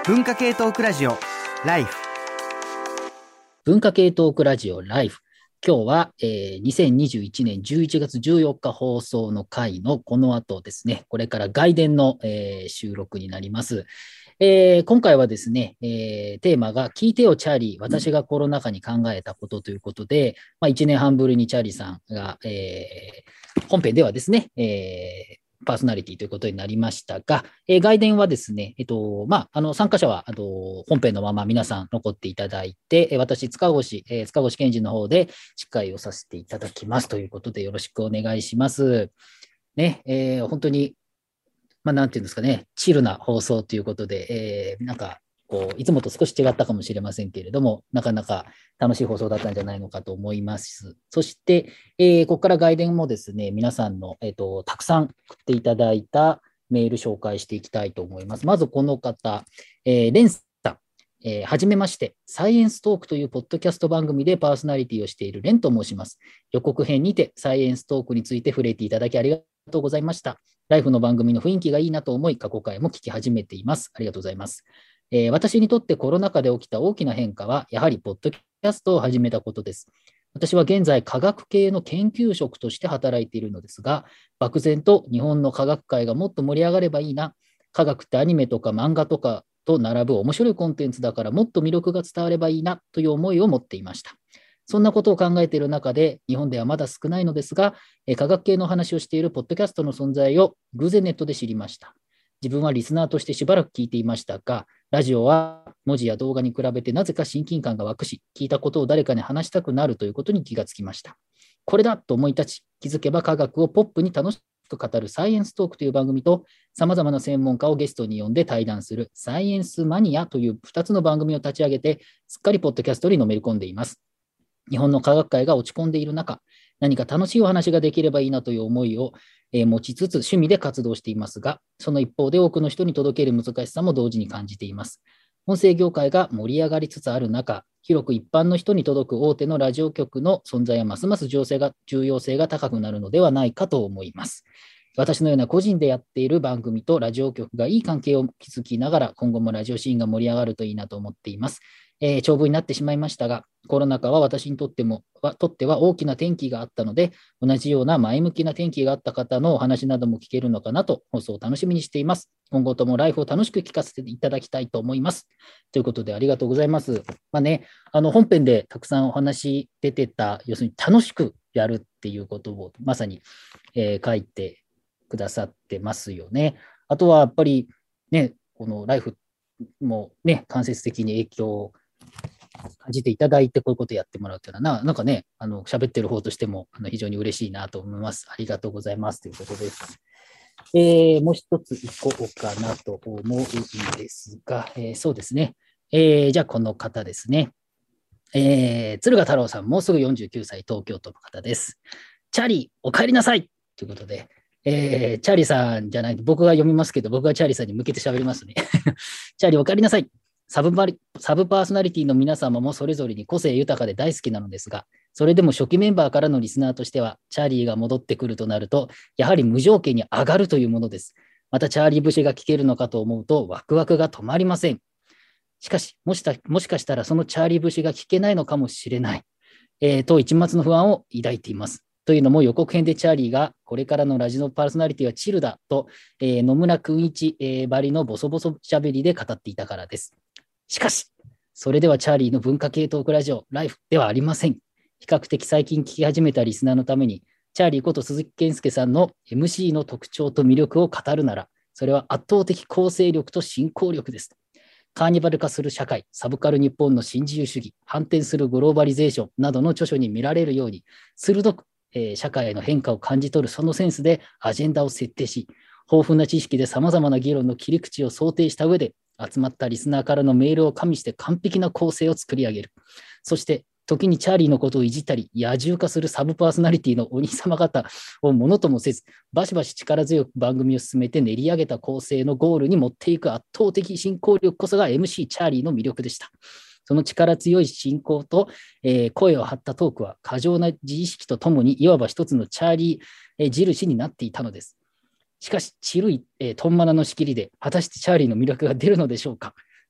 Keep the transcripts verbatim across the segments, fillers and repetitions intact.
文化系トークラジオライフ文化系トークラジオライフ。今日は、えー、にせんにじゅういちねんじゅういちがつじゅうよっか放送の回のこの後ですね、これから外伝の、えー、収録になります。えー、今回はですね、えー、テーマが聞いてよチャーリー、私がコロナ禍に考えたことということで、まあ、いちねんはんぶりにチャーリーさんが、えー、本編ではですね、えーパーソナリティということになりましたが、えー、外伝はですね、えっと、まあ、あの、参加者は、あの、本編のまま皆さん残っていただいて、えー私、塚越、えー塚越健二の方で司会をさせていただきますということで、よろしくお願いします。ね、えー本当に、まあ、なんていうんですかね、チルな放送ということで、えーなんか、こう、いつもと少し違ったかもしれませんけれども、なかなか楽しい放送だったんじゃないのかと思います。そして、えーここから外伝もですね、皆さんの、えっと、たくさん送っていただいたメール紹介していきたいと思います。まずこの方、えーレンさん。えーはじめまして、サイエンストークというポッドキャスト番組でパーソナリティをしているレンと申します。予告編にてサイエンストークについて触れていただきありがとうございました。ライフの番組の雰囲気がいいなと思い、過去回も聞き始めています。ありがとうございます。えー私にとってコロナ禍で起きた大きな変化は、やはりポッドキャストを始めたことです。私は現在、科学系の研究職として働いているのですが、漠然と日本の科学界がもっと盛り上がればいいな、科学ってアニメとか漫画とかと並ぶ面白いコンテンツだからもっと魅力が伝わればいいなという思いを持っていました。そんなことを考えている中で、日本ではまだ少ないのですが、え科学系の話をしているポッドキャストの存在を偶然ネットで知りました。自分はリスナーとしてしばらく聞いていましたが、ラジオは文字や動画に比べてなぜか親近感が湧くし、聞いたことを誰かに話したくなるということに気がつきました。これだと思い立ち、気づけば科学をポップに楽しく語るサイエンストークという番組と、さまざまな専門家をゲストに呼んで対談するサイエンスマニアというふたつの番組を立ち上げて、すっかりポッドキャストにのめり込んでいます。日本の科学界が落ち込んでいる中、何か楽しいお話ができればいいなという思いを、えー持ちつつ趣味で活動していますが、その一方で多くの人に届ける難しさも同時に感じています。音声業界が盛り上がりつつある中、広く一般の人に届く大手のラジオ局の存在はますます重要性が重要性が高くなるのではないかと思います。私のような個人でやっている番組とラジオ局がいい関係を築きながら、今後もラジオシーンが盛り上がるといいなと思っています。えー長文になってしまいましたが、コロナ禍は私にとってもはとっては大きな転機があったので、同じような前向きな転機があった方のお話なども聞けるのかなと、放送を楽しみにしています。今後ともライフを楽しく聞かせていただきたいと思います。ということで、ありがとうございます。まあね、あの本編でたくさんお話出てた、要するに楽しくやるっていうことをまさに、えー書いてくださってますよね。あとはやっぱりね、このライフもね、間接的に影響を感じていただいて、こういうことをやってもらうというのは、ななんかね、あの喋ってる方としてもあの非常に嬉しいなと思います。ありがとうございますということです。えーもう一つ行こうかなと思うんですが、えーそうですね。えーじゃあ、この方ですね。えー敦賀太郎さん、もうすぐよんじゅうきゅうさい、東京都の方です。チャーリー、お帰りなさいということで、えーチャーリーさんじゃないと、僕が読みますけど、僕がチャーリーさんに向けて喋りますね。チャーリー、お帰りなさい。サブパリサブパーソナリティの皆様もそれぞれに個性豊かで大好きなのですが、それでも初期メンバーからのリスナーとしては、チャーリーが戻ってくるとなると、やはり無条件に上がるというものです。またチャーリー節が聞けるのかと思うと、ワクワクが止まりません。しかし、もしたもしかしたらそのチャーリー節が聞けないのかもしれない。えーと一末の不安を抱いています。というのも予告編でチャーリーがこれからのラジオパーソナリティはチルだと、えー野村くんいち、えー、ばりのボソボソしゃべりで語っていたからです。しかし、それではチャーリーの文化系トークラジオライフではありません。比較的最近聞き始めたリスナーのために、チャーリーこと鈴木健介さんの エムシー の特徴と魅力を語るなら、それは圧倒的構成力と進行力です。カーニバル化する社会、サブカル日本の新自由主義、反転するグローバリゼーションなどの著書に見られるように、鋭く、えー社会の変化を感じ取るそのセンスでアジェンダを設定し、豊富な知識でさまざまな議論の切り口を想定した上で、集まったリスナーからのメールを加味して完璧な構成を作り上げる。そして、時にチャーリーのことをいじったり、野獣化するサブパーソナリティのお兄様方をものともせず、バシバシ力強く番組を進めて練り上げた構成のゴールに持っていく圧倒的進行力こそが エムシー チャーリーの魅力でした。その力強い進行と、えー声を張ったトークは過剰な自意識とともにいわば一つのチャーリー、えー印になっていたのです。しかし、チルい、えー、トンマナの仕切りで果たしてチャーリーの魅力が出るのでしょうか。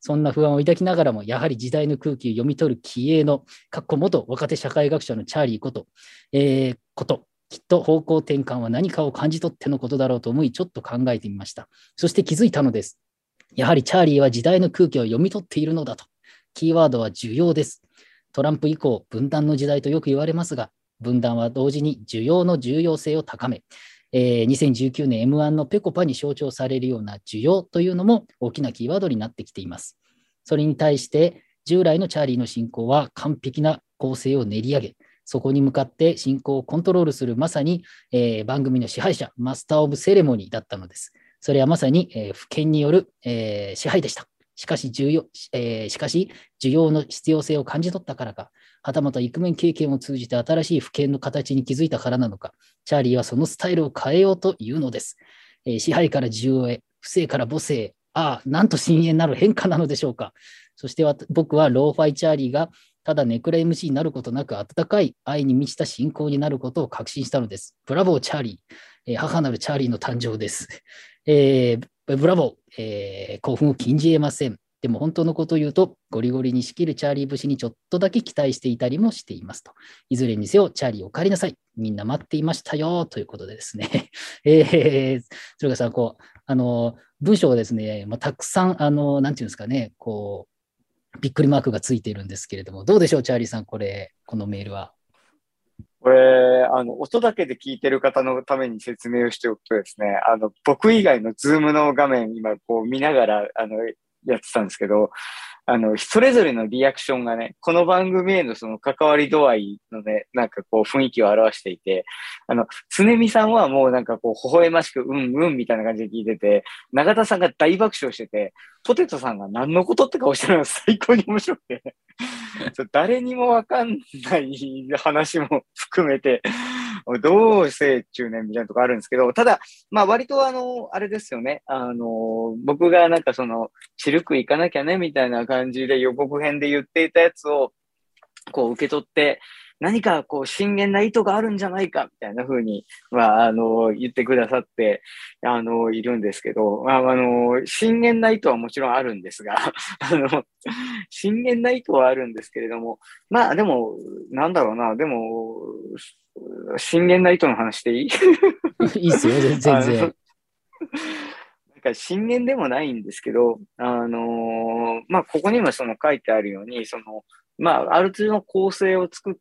そんな不安を抱きながらも、やはり時代の空気を読み取る気鋭の、かっこ元若手社会学者のチャーリーこと、えー、こと、きっと方向転換は何かを感じ取ってのことだろうと思い、ちょっと考えてみました。そして気づいたのです。やはりチャーリーは時代の空気を読み取っているのだと。キーワードは需要です。トランプ以降、分断の時代とよく言われますが、分断は同時に需要の重要性を高め、えー、にせんじゅうきゅうねん エムワン のペコパに象徴されるような需要というのも大きなキーワードになってきています。それに対して従来のチャーリーの進行は完璧な構成を練り上げ、そこに向かって進行をコントロールするまさに、えー、番組の支配者、マスター・オブ・セレモニーだったのです。それはまさに、えー、不権による、えー、支配でした。しかし重要、えー、しかし需要の必要性を感じ取ったからか、はたまたイクメン経験を通じて新しい不権の形に気づいたからなのか、チャーリーはそのスタイルを変えようというのです。えー、支配から需要へ、不正から母性へ、ああ、なんと深淵なる変化なのでしょうか。そして僕はローファイチャーリーがただネクラ エムシー になることなく温かい愛に満ちた信仰になることを確信したのです。ブラボーチャーリー、えー、母なるチャーリーの誕生です。えー、ブラボー、えー、興奮を禁じ得ません。でも本当のことを言うと、ゴリゴリに仕切るチャーリー節にちょっとだけ期待していたりもしていますと。いずれにせよ、チャーリーお帰りなさい。みんな待っていましたよ。ということでですね。えー、鶴岡さん、こう、あの、文章をですね、まあ、たくさん、あの、なんていうんですかね、こう、びっくりマークがついているんですけれども、どうでしょう、チャーリーさん、これ、このメールは。 これ、あの、音だけで聞いてる方のために説明をしておくとですね、あの、僕以外のズームの画面、今、こう見ながら、あの、やってたんですけど、あの、それぞれのリアクションがね、この番組へのその関わり度合いのね、なんかこう雰囲気を表していて、あの、常見さんはもうなんかこう、微笑ましく、うんうんみたいな感じで聞いてて、永田さんが大爆笑してて、ポテトさんが何のことって顔してるのが最高に面白くて、誰にもわかんない話も含めて、どうせ中年みたいなとこあるんですけど、ただ、まあ割とあの、あれですよね。あの、僕がなんかその、チルク行かなきゃね、みたいな感じで予告編で言っていたやつを、こう受け取って、何かこう、深淵な意図があるんじゃないか、みたいな風に、まあ、あの、言ってくださって、あの、いるんですけど、まあ、あの、深淵な意図はもちろんあるんですが、あの、深淵な意図はあるんですけれども、まあ、でも、なんだろうな、でも、深淵な意図の話でいいいいっすよ、全然。 なんか深淵でもないんですけど、あのー、まあ、ここにもその書いてあるように、その、まあ、ある程度の構成を作って、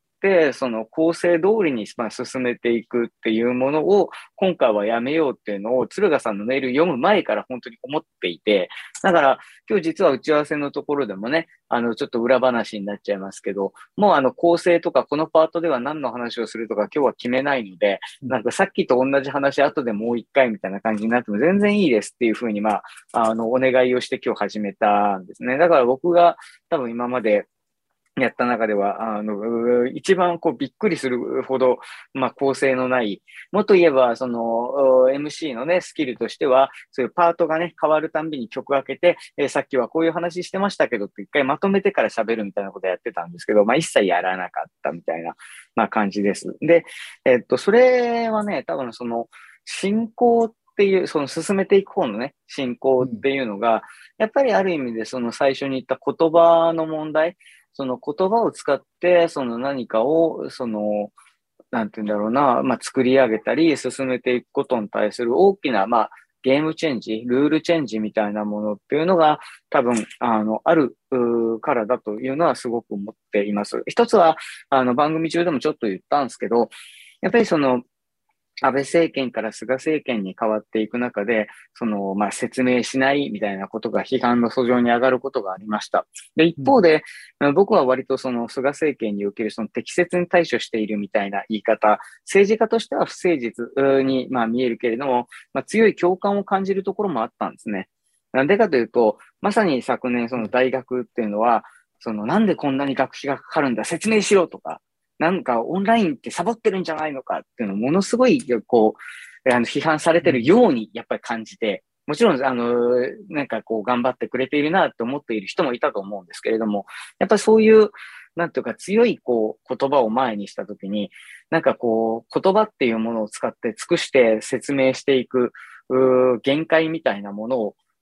その構成通りにまあ進めていくっていうものを、今回はやめようっていうのを、鶴賀さんのメール読む前から本当に思っていて、だから、今日実は打ち合わせのところでもね、あの、ちょっと裏話になっちゃいますけど、もうあの、構成とか、このパートでは何の話をするとか、今日は決めないので、なんかさっきと同じ話、後でもう一回みたいな感じになっても全然いいですっていうふうに、まあ、あの、お願いをして今日始めたんですね。だから僕が多分今まで、やった中では、あの、一番こうびっくりするほど、まあ、構成のない、もっと言えば、その、エムシー のね、スキルとしては、そういうパートがね、変わるたんびに曲開けて、えー、さっきはこういう話してましたけどって一回まとめてから喋るみたいなことやってたんですけど、まあ、一切やらなかったみたいな、まあ、感じです。で、えっと、それはね、多分その、進行っていう、その進めていく方のね、進行っていうのが、やっぱりある意味でその最初に言った言葉の問題、その言葉を使って、その何かを、その、なんて言うんだろうな、まあ、作り上げたり、進めていくことに対する大きな、まあ、ゲームチェンジ、ルールチェンジみたいなものっていうのが、多分、あの、あるからだというのはすごく思っています。一つは、あの、番組中でもちょっと言ったんですけど、やっぱりその、安倍政権から菅政権に変わっていく中で、その、まあ、説明しないみたいなことが批判の訴状に上がることがありました。で、一方で、うん、僕は割とその菅政権におけるその適切に対処しているみたいな言い方、政治家としては不誠実に、まあ、見えるけれども、まあ、強い共感を感じるところもあったんですね。なんでかというと、まさに昨年その大学っていうのは、そのなんでこんなに学費がかかるんだ、説明しろとか、なんかオンラインってサボってるんじゃないのかっていうのをものすごい、こう、あの、批判されてるようにやっぱり感じて、もちろん、あの、なんかこう頑張ってくれているなって思っている人もいたと思うんですけれども、やっぱりそういう、なんていうか強いこう言葉を前にしたときに、なんかこう言葉っていうものを使って尽くして説明していく、限界みたいなものを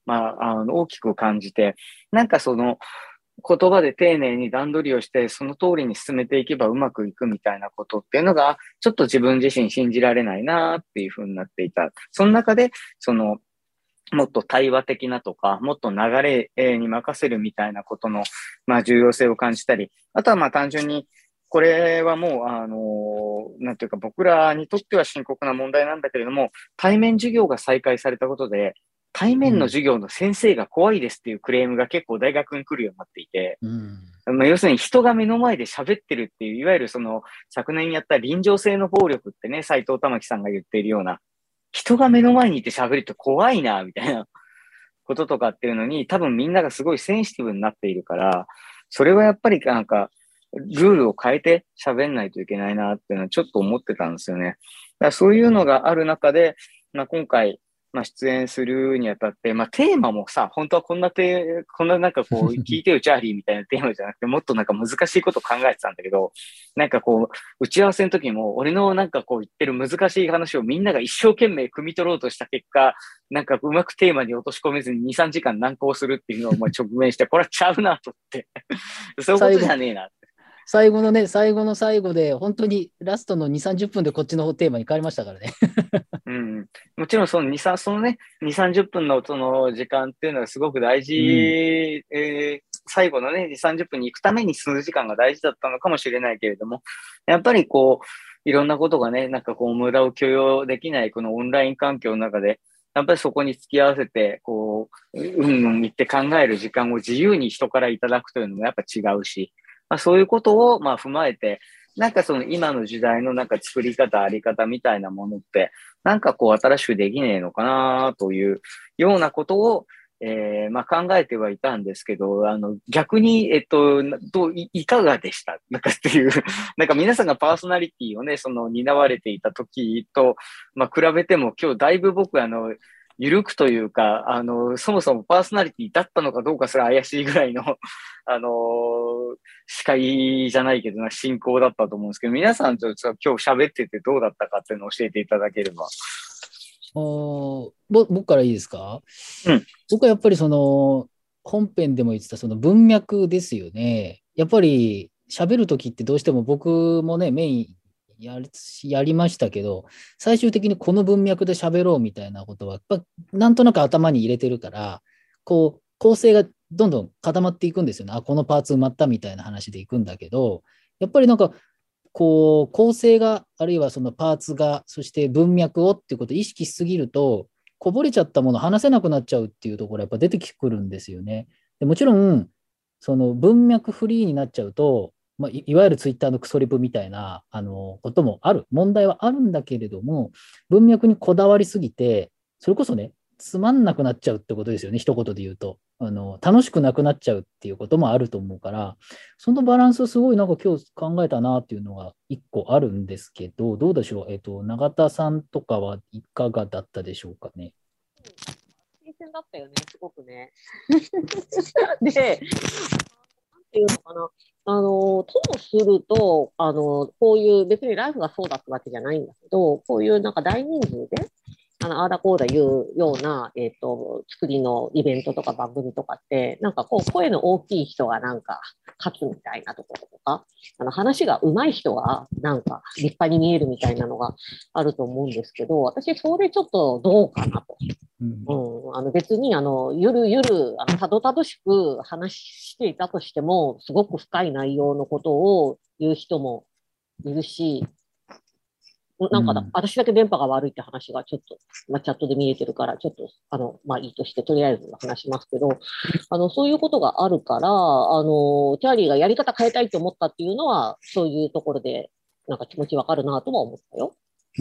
まあ、あの、大きく感じて、なんかその、言葉で丁寧に段取りをして、その通りに進めていけばうまくいくみたいなことっていうのが、ちょっと自分自身信じられないなっていうふうになっていた。その中で、その、もっと対話的なとか、もっと流れに任せるみたいなことの、まあ、重要性を感じたり、あとはまあ単純に、これはもう、あの、なんていうか僕らにとっては深刻な問題なんだけれども、対面授業が再開されたことで、対面の授業の先生が怖いですっていうクレームが結構大学に来るようになっていて、 うんまあ、要するに人が目の前で喋ってるっていう、いわゆるその昨年やった臨場性の暴力ってね、斎藤玉樹さんが言っているような、人が目の前にいて喋ると怖いな、みたいなこととかっていうのに、多分みんながすごいセンシティブになっているから、それはやっぱりなんか、ルールを変えて喋んないといけないなっていうのはちょっと思ってたんですよね。だからそういうのがある中で、まあ、今回、まあ、出演するにあたって、まあ、テーマもさ、本当はこんなテこんななんかこう、聞いてよ、チャーリーみたいなテーマじゃなくて、もっとなんか難しいこと考えてたんだけど、なんかこう、打ち合わせの時も、俺のなんかこう言ってる難しい話をみんなが一生懸命汲み取ろうとした結果、なんかうまくテーマに落とし込めずにに、さんじかん難航するっていうのをまあ直面して、これはちゃうなと思って。そういうことじゃねえな。 最後のね、最後の最後で、本当にラストのに、さんじゅっぷんでこっちのテーマに変わりましたからね。 うん、もちろんそのに、さん、そのね、に、さんじゅっぷんのその時間っていうのはすごく大事、うん、えー、最後のね、に、さんじゅっぷんに行くために数時間が大事だったのかもしれないけれども、やっぱりこう、いろんなことがね、なんかこう無駄を許容できないこのオンライン環境の中で、やっぱりそこに付き合わせて、こう、うんうん言って考える時間を自由に人からいただくというのもやっぱ違うし、まあ、そういうことをまあ踏まえて、なんかその今の時代のなんか作り方、あり方みたいなものって、なんかこう新しくできねえのかなというようなことを、えー、まあ考えてはいたんですけど、あの逆に、えっと、どうい、いかがでしたなんかっていう、なんか皆さんがパーソナリティをね、その担われていた時と、まあ比べても今日だいぶ僕あの、ゆるくというか、あの、そもそもパーソナリティだったのかどうかすら怪しいぐらいの、あの、司会じゃないけどな、進行だったと思うんですけど、皆さんと今日喋っててどうだったかっていうのを教えていただければ。 おぼ僕からいいですか？ うん。 僕はやっぱりその、本編でも言ってたその文脈ですよね。やっぱり喋るときってどうしても僕もね、メインやり、やりましたけど、最終的にこの文脈で喋ろうみたいなことは、やっぱなんとなく頭に入れてるから、こう、構成がどんどん固まっていくんですよね。あ、このパーツ埋まったみたいな話でいくんだけど、やっぱりなんか、こう、構成が、あるいはそのパーツが、そして文脈をっていうことを意識しすぎると、こぼれちゃったもの話せなくなっちゃうっていうところがやっぱ出てくるんですよね。でもちろん、その文脈フリーになっちゃうと、まあ、い, いわゆるツイッターのクソリプみたいなあのこともある、問題はあるんだけれども、文脈にこだわりすぎて、それこそね、つまんなくなっちゃうってことですよね、一言で言うと。あの楽しくなくなっちゃうっていうこともあると思うから、そのバランスをすごいなんか今日考えたなっていうのが一個あるんですけど、どうでしょう、えっと、永田さんとかはいかがだったでしょうかね。 新鮮だったよね、すごくね。で、なんていうのかな、あの、ともすると、あの、こういう、別にライフがそうだったわけじゃないんだけど、こういうなんか大人数で、あの、あーだこーだ言うような、えっと、作りのイベントとか番組とかって、なんかこう、声の大きい人がなんか勝つみたいなところとか、あの、話が上手い人がなんか立派に見えるみたいなのがあると思うんですけど、私、それちょっとどうかなと。うん、あの別にあのゆるゆるあのたどたどしく話していたとしてもすごく深い内容のことを言う人もいるし、なんかだ、うん、私だけ電波が悪いって話がちょっと、まあ、チャットで見えてるからちょっとあの、まあ、いいとしてとりあえず話しますけど、あのそういうことがあるから、あのチャーリーがやり方変えたいと思ったっていうのはそういうところでなんか気持ちわかるなとも思ったよ。 うん、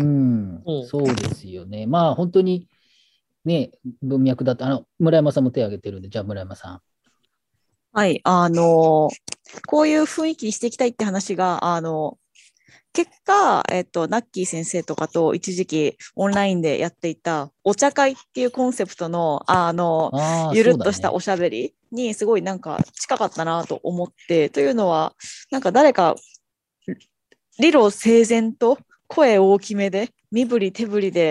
うん、そうですよね。まあ本当にね、文脈だと、あの、村山さんも手を挙げてるんで、じゃあ村山さん。 はい、あの、こういう雰囲気にしていきたいって話が、あの、結果、えっと、ナッキー先生とかと一時期オンラインでやっていたお茶会っていうコンセプトの、あの、ゆるっとしたおしゃべりにすごいなんか近かったなと思って、というのは、なんか誰か理路整然と声大きめで身振り手振りで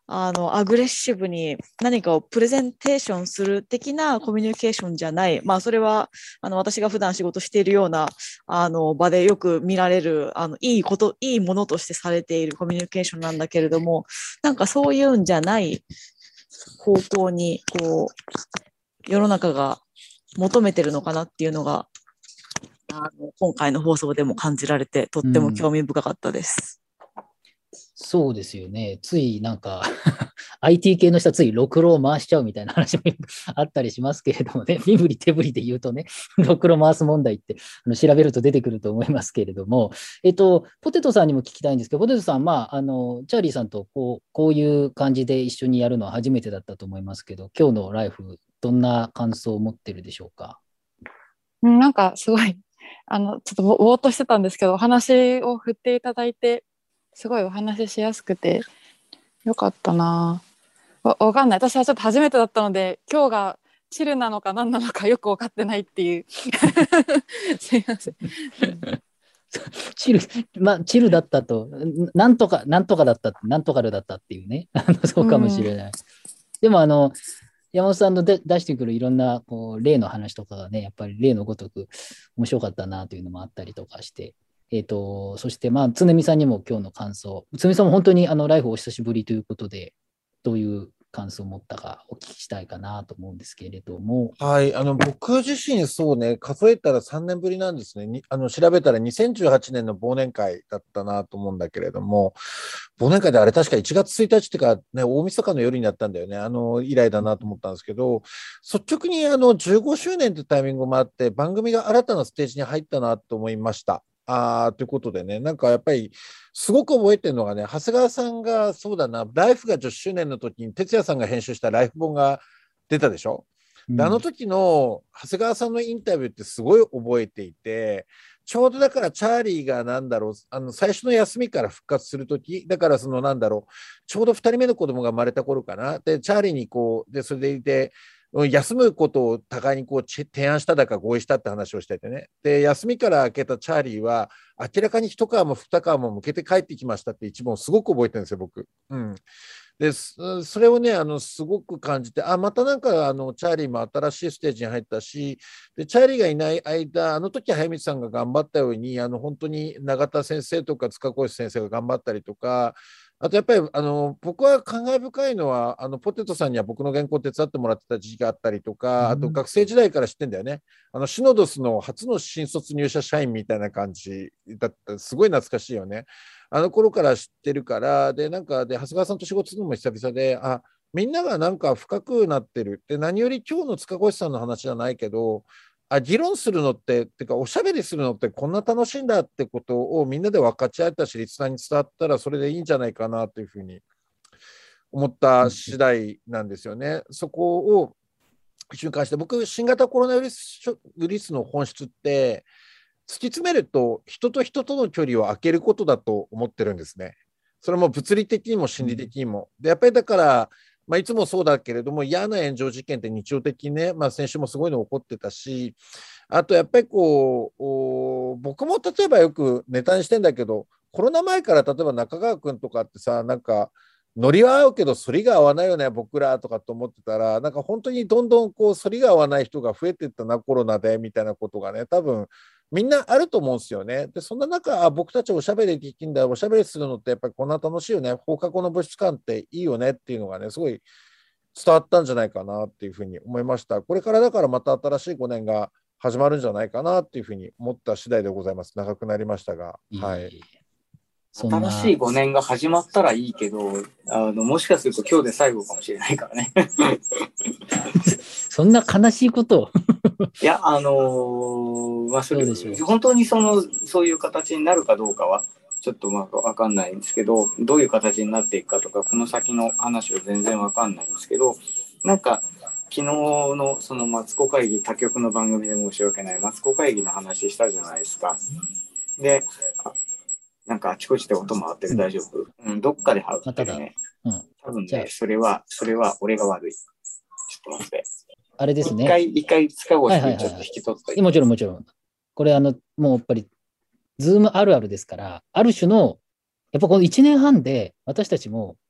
あのアグレッシブに何かをプレゼンテーションする的なコミュニケーションじゃない、まあ、それはあの私が普段仕事しているようなあの場でよく見られるあのいいこと、いいものとしてされているコミュニケーションなんだけれども、なんかそういうんじゃない方向にこう世の中が求めてるのかなっていうのがあの今回の放送でも感じられて、とっても興味深かったです。 うん、そうですよね。ついなんかアイティー 系の人はついろくろを回しちゃうみたいな話もあったりしますけれどもね、身振り手振りで言うとね、ろくろ回す問題ってあの調べると出てくると思いますけれども、えっと、ポテトさんにも聞きたいんですけど、ポテトさん、まあ、あのチャーリーさんとこう、こういう感じで一緒にやるのは初めてだったと思いますけど、今日のライフ、どんな感想を持ってるでしょうか？ うん、なんかすごい、あの、ちょっとぼぼーっとしてたんですけど、お話を振っていただいて、すごいお話ししやすくてよかったな。わ, わかんない。私はちょっと初めてだったので、今日がチルなのか何なのかよく分かってないっていう。すいません。 チル、まあ、チルだったと、なんとか、なんとかだった、なんとかだったっていうね、あのそうかもしれない。うん、でも、あの、山本さんので出してくるいろんなこう例の話とかがね、やっぱり例のごとく面白かったなというのもあったりとかして、えっと、そして、まあ、つねみさんにも今日の感想、つねみさんも本当にあのライフお久しぶりということで、どういう感想を持ったかお聞きしたいかなと思うんですけれども。 はい、あの僕自身、そうね、数えたらさんねんぶりなんですね。にあの調べたらにせんじゅうはちねんの忘年会だったなと思うんだけれども、忘年会であれ確かいちがつついたちっていうか、ね、大晦日の夜になったんだよね。あの以来だなと思ったんですけど、率直にあのじゅうごしゅうねんというタイミングもあって、番組が新たなステージに入ったなと思いました。あということでね、なんかやっぱりすごく覚えてるのがね、長谷川さんがそうだな、ライフがじゅっしゅうねんの時に哲也さんが編集したライフ本が出たでしょ。で、あの時の長谷川さんのインタビューってすごい覚えていて、ちょうどだからチャーリーがなんだろう、あの最初の休みから復活する時、だからそのなんだろう、ちょうどふたりめの子供が生まれた頃かな。で、チャーリーにこう、で、それでいて、休むことを互いにこう提案しただか合意したって話をしててね。で、休みから明けたチャーリーは、明らかに一皮も二皮も向けて帰ってきましたって一文をすごく覚えてるんですよ、僕。うん。で、それをね、あの、すごく感じて、あ、またなんか、あの、チャーリーも新しいステージに入ったし、で、チャーリーがいない間、あの時、早水さんが頑張ったように、あの、本当に永田先生とか塚越先生が頑張ったりとか、あとやっぱりあの僕は感慨深いのはあのポテトさんには僕の原稿を手伝ってもらってた時期があったりとか、あと学生時代から知ってんだよね。あのシノドスの初の新卒入社社員みたいな感じだった。すごい懐かしいよね。あの頃から知ってるから、でなんかで長谷川さんと仕事するのも久々で、あ、みんながなんか深くなってる。で何より今日の塚越さんの話じゃないけど、あ、議論するのって、ってかおしゃべりするのってこんな楽しいんだってことをみんなで分かち合えたし、リスナーに伝わったらそれでいいんじゃないかなというふうに思った次第なんですよね。そこを一瞬関して、僕、新型コロナウイルスウイルスの本質って、突き詰めると人と人との距離を空けることだと思ってるんですね。それも物理的にも心理的にも。で、やっぱりだから、まあ、いつもそうだけれども、嫌な炎上事件って日常的にね、まあ、先週もすごいの起こってたし、あとやっぱりこう、僕も例えばよくネタにしてんだけど、コロナ前から例えば中川君とかってさ、なんか、ノリは合うけど、反りが合わないよね、僕らとかと思ってたら、なんか本当にどんどんこう、反りが合わない人が増えていったな、コロナで、みたいなことがね、多分、みんなあると思うんですよね。で、そんな中、あ、僕たちおしゃべりできるんだ、おしゃべりするのってやっぱりこんな楽しいよね、放課後の物質感っていいよねっていうのがね、すごい伝わったんじゃないかなっていうふうに思いました。これからだからまた新しいごねんが始まるんじゃないかなっていうふうに思った次第でございます。長くなりましたが。はい。 新しいごねんが始まったらいいけど、あのもしかすると今日で最後かもしれないからね。 そんな悲しいことをいや、あのー、まあそれ、本当にその、そういう形になるかどうかは、ちょっとまあわかんないんですけど、どういう形になっていくかとか、この先の話は全然わかんないんですけど、なんか、昨日のそのマツコ会議、他局の番組で申し訳ない、マツコ会議の話したじゃないですか。で、なんかあちこちで音回ってる、大丈夫？うん、どっかで外ってるね。うん、多分ね、それは、それは俺が悪い。ちょっと待って。あれですね。 一回、一回使おうして、ちょっと引き取っといて。 もちろんもちろん。これ、あの、もうやっぱり、ズームあるあるですから、ある種の、やっぱこのいちねんはんで、私たちも、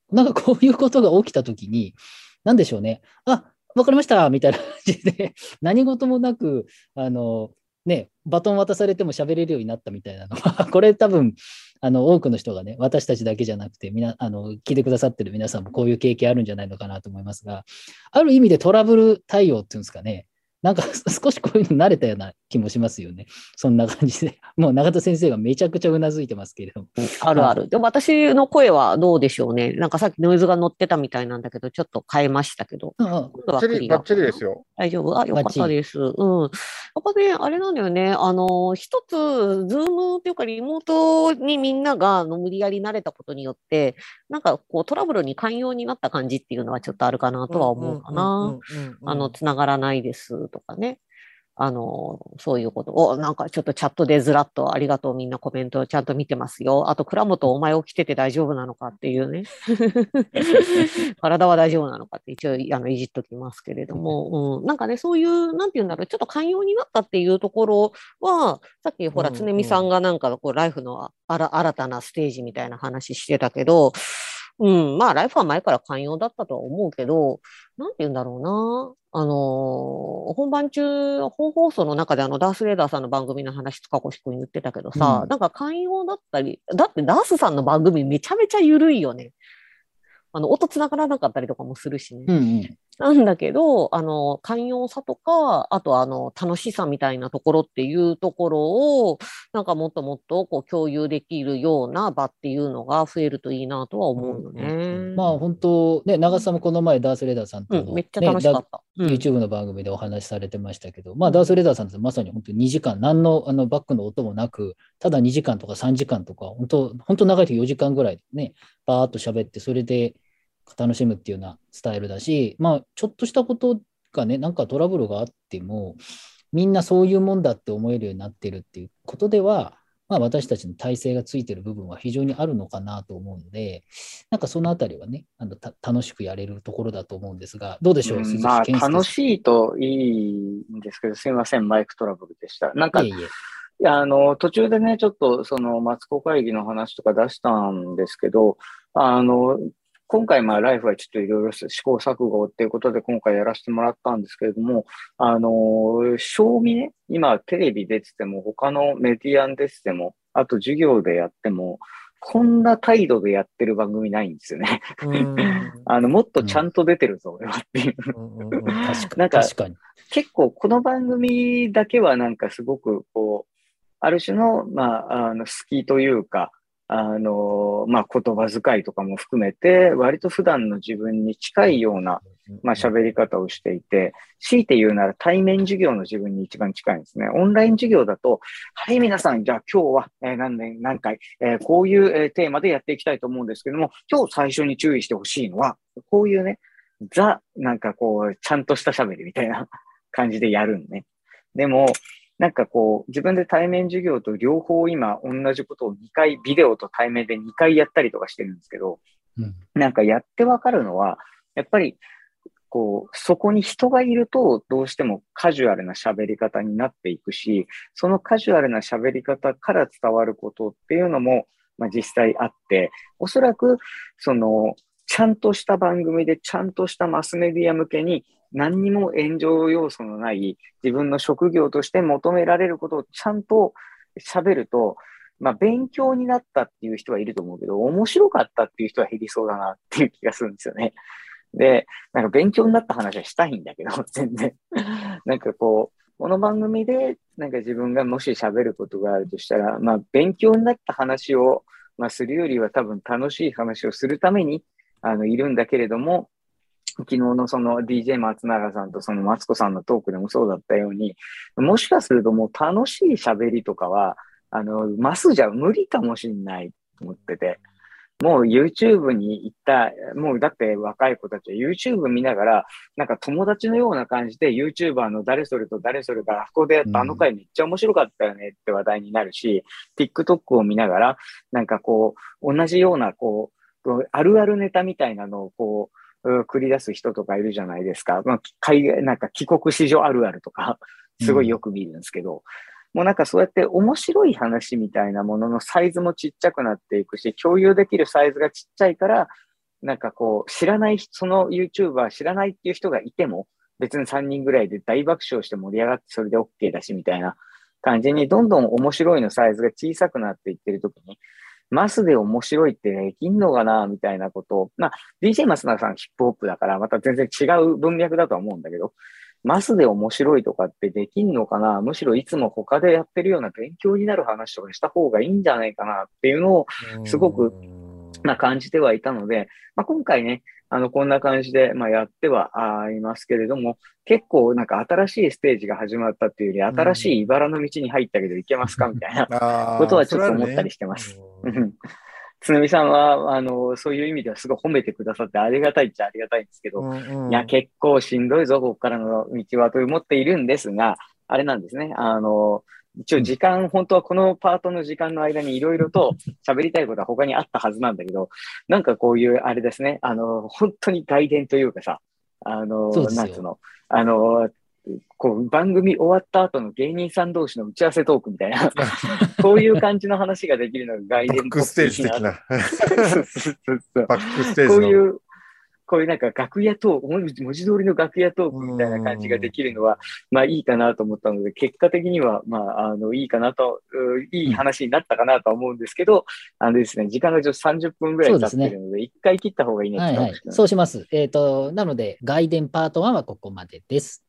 なんかこういうことが起きたときに、なんでしょうね。あ、わかりましたみたいな感じで、何事もなく、あの、ね、バトン渡されても喋れるようになったみたいなのは、これ多分、あの、多くの人がね、私たちだけじゃなくて、みな、あの、聞いてくださってる皆さんもこういう経験あるんじゃないのかなと思いますが、ある意味でトラブル対応っていうんですかね、なんか少しこういうの慣れたような気もしますよね。そんな感じで。もう永田先生がめちゃくちゃうなずいてますけれども。 あるある。でも私の声はどうでしょうね。なんかさっきノイズが乗ってたみたいなんだけど、ちょっと変えましたけど。 うんうん、 今度はバッチリ、 クリアバッチリですよ。 大丈夫。あ、よかったです。うん。やっぱね、あれなんだよね。あの、一つ、ズームっていうかリモートにみんながあの無理やり慣れたことによって、なんかこうトラブルに寛容になった感じっていうのはちょっとあるかなとは思うかな。あの、つながらないですとかね。あの、そういうこと。お、なんかちょっとチャットでずらっとありがとうみんなコメントちゃんと見てますよ。あと、倉本お前起きてて大丈夫なのかっていうね。体は大丈夫なのかって一応あのいじっときますけれども、うん、なんかね、そういう、なんていうんだろう、ちょっと寛容になったっていうところは、さっきほら、常美さんがなんかこう、ライフのあら新たなステージみたいな話してたけど、うん、まあ、ライフは前から寛容だったとは思うけど、なんて言うんだろうな。あのー、本番中、本放送の中であの、ダースレーダーさんの番組の話、塚越くん言ってたけどさ、うん、なんか寛容だったり、だってダースさんの番組めちゃめちゃ緩いよね。あの、音繋がらなかったりとかもするしね。 うんうん、 なんだけど、あの、寛容さとか、あとあの、楽しさみたいなところっていうところを、なんかもっともっとこう共有できるような場っていうのが増えるといいなとは思うよね。うんうんうん、 まあ本当、ね、長さんもこの前ダースレーダーさんとの、ね、 うん、めっちゃ楽しかった。 うん、YouTube の番組でお話しされてましたけど、まあダースレーダーさんってまさに本当ににじかん、何のあのバックの音もなく、ただにじかんとかさんじかんとか、本当、本当長いとよじかんぐらいね、バーっと喋って、それで、楽しむっていうようなスタイルだし、まあ、ちょっとしたことがね、なんかトラブルがあっても、みんなそういうもんだって思えるようになってるっていうことでは、まあ、私たちの体制がついてる部分は非常にあるのかなと思うので、なんかそのあたりはね、あのた楽しくやれるところだと思うんですが、どうでしょう、鈴木まあ、 健介楽しいといいんですけど、すみません、マイクトラブルでした。なんか、いえいえいやあの途中でね、ちょっとそのマツコ会議の話とか出したんですけど、あの、今回、まあ、ライフはちょっといろいろ試行錯誤っていうことで今回やらせてもらったんですけれども、あの、将棋ね、今テレビ出てても、他のメディアに出てても、あと授業でやっても、こんな態度でやってる番組ないんですよね。あの、もっとちゃんと出てるぞ、俺はっていう。なんか、結構この番組だけはなんかすごくこう、ある種の、まあ、あの、好きというか、あの、まあ、言葉遣いとかも含めて、割と普段の自分に近いような、まあ、喋り方をしていて、強いて言うなら対面授業の自分に一番近いんですね。オンライン授業だと、はい、皆さん、じゃあ今日は、えー、何年、何回、えー、こういう、えー、テーマでやっていきたいと思うんですけども、今日最初に注意してほしいのは、こういうね、ザ、なんかこう、ちゃんとした喋りみたいな感じでやるんね。でも、なんかこう、自分で対面授業と両方今同じことをにかい、ビデオと対面でにかいやったりとかしてるんですけど、うん、なんかやってわかるのは、やっぱり、こう、そこに人がいるとどうしてもカジュアルな喋り方になっていくし、そのカジュアルな喋り方から伝わることっていうのも、まあ実際あって、おそらく、その、ちゃんとした番組でちゃんとしたマスメディア向けに何にも炎上要素のない自分の職業として求められることをちゃんと喋ると、まあ勉強になったっていう人はいると思うけど、面白かったっていう人は減りそうだなっていう気がするんですよね。で、なんか勉強になった話はしたいんだけど、全然。なんかこう、この番組でなんか自分がもし喋ることがあるとしたら、まあ勉強になった話を、まあ、するよりは多分楽しい話をするためにあのいるんだけれども、昨日のその ディージェー 松永さんとそのマツコさんのトークでもそうだったように、もしかするともう楽しい喋りとかは、あの、マスじゃ無理かもしれないと思ってて、もう YouTube に行った、もうだって若い子たちは YouTube 見ながら、なんか友達のような感じで YouTuber の誰それと誰それがあそこでやったあの回めっちゃ面白かったよねって話題になるし、うん、TikTok を見ながら、なんかこう、同じようなこう、あるあるネタみたいなのをこう、繰り出す人とかいるじゃないですか。まあ、海外、なんか帰国子女あるあるとか、すごいよく見るんですけど、うんもうなんかそうやって面白い話みたいなもののサイズもちっちゃくなっていくし、共有できるサイズがちっちゃいから、 なんかこう、知らない、その YouTuber 知らないっていう人がいても、別にさんにんぐらいで大爆笑して盛り上がってそれで OK だしみたいな感じに、どんどん面白いのサイズが小さくなっていってるときに、マスで面白いってできんのかなみたいなことを、まあ、ディージェー 松永さんヒップホップだから、また全然違う文脈だとは思うんだけど、マスで面白いとかってできんのかな、むしろいつも他でやってるような勉強になる話とかした方がいいんじゃないかなっていうのを、すごく、まあ、感じてはいたので、まあ、今回ね、あの、こんな感じで、まあ、やってはいますけれども、結構なんか新しいステージが始まったっていうより、新しい茨の道に入ったけどいけますかみたいなことはちょっと思ったりしてます。つぬみさんは、あの、そういう意味ではすごい褒めてくださってありがたいっちゃありがたいんですけど、うんうん、いや、結構しんどいぞ、ここからの道はと思っているんですが、あれなんですね。あの、一応時間、本当はこのパートの時間の間にいろいろと喋りたいことは他にあったはずなんだけど、なんかこういうあれですね、あの、本当に外伝というかさ、あの、なんつうの、あの、こう番組終わった後の芸人さん同士の打ち合わせトークみたいな、こういう感じの話ができるのが外伝っぽいな。バックステージ的な。そうそうそうそう。バックステージの。こういう、こういうなんか楽屋トーク、文字通りの楽屋トークみたいな感じができるのは、まあいいかなと思ったので、結果的には、まあ、あの、いいかなと、いい話になったかなとは思うんですけど、あのですね、時間がちょっとさんじゅっぷんぐらい経ってるので、一、回切った方がいいね。 はいはい。そうします。えっと、なので、外伝パートワンはここまでです。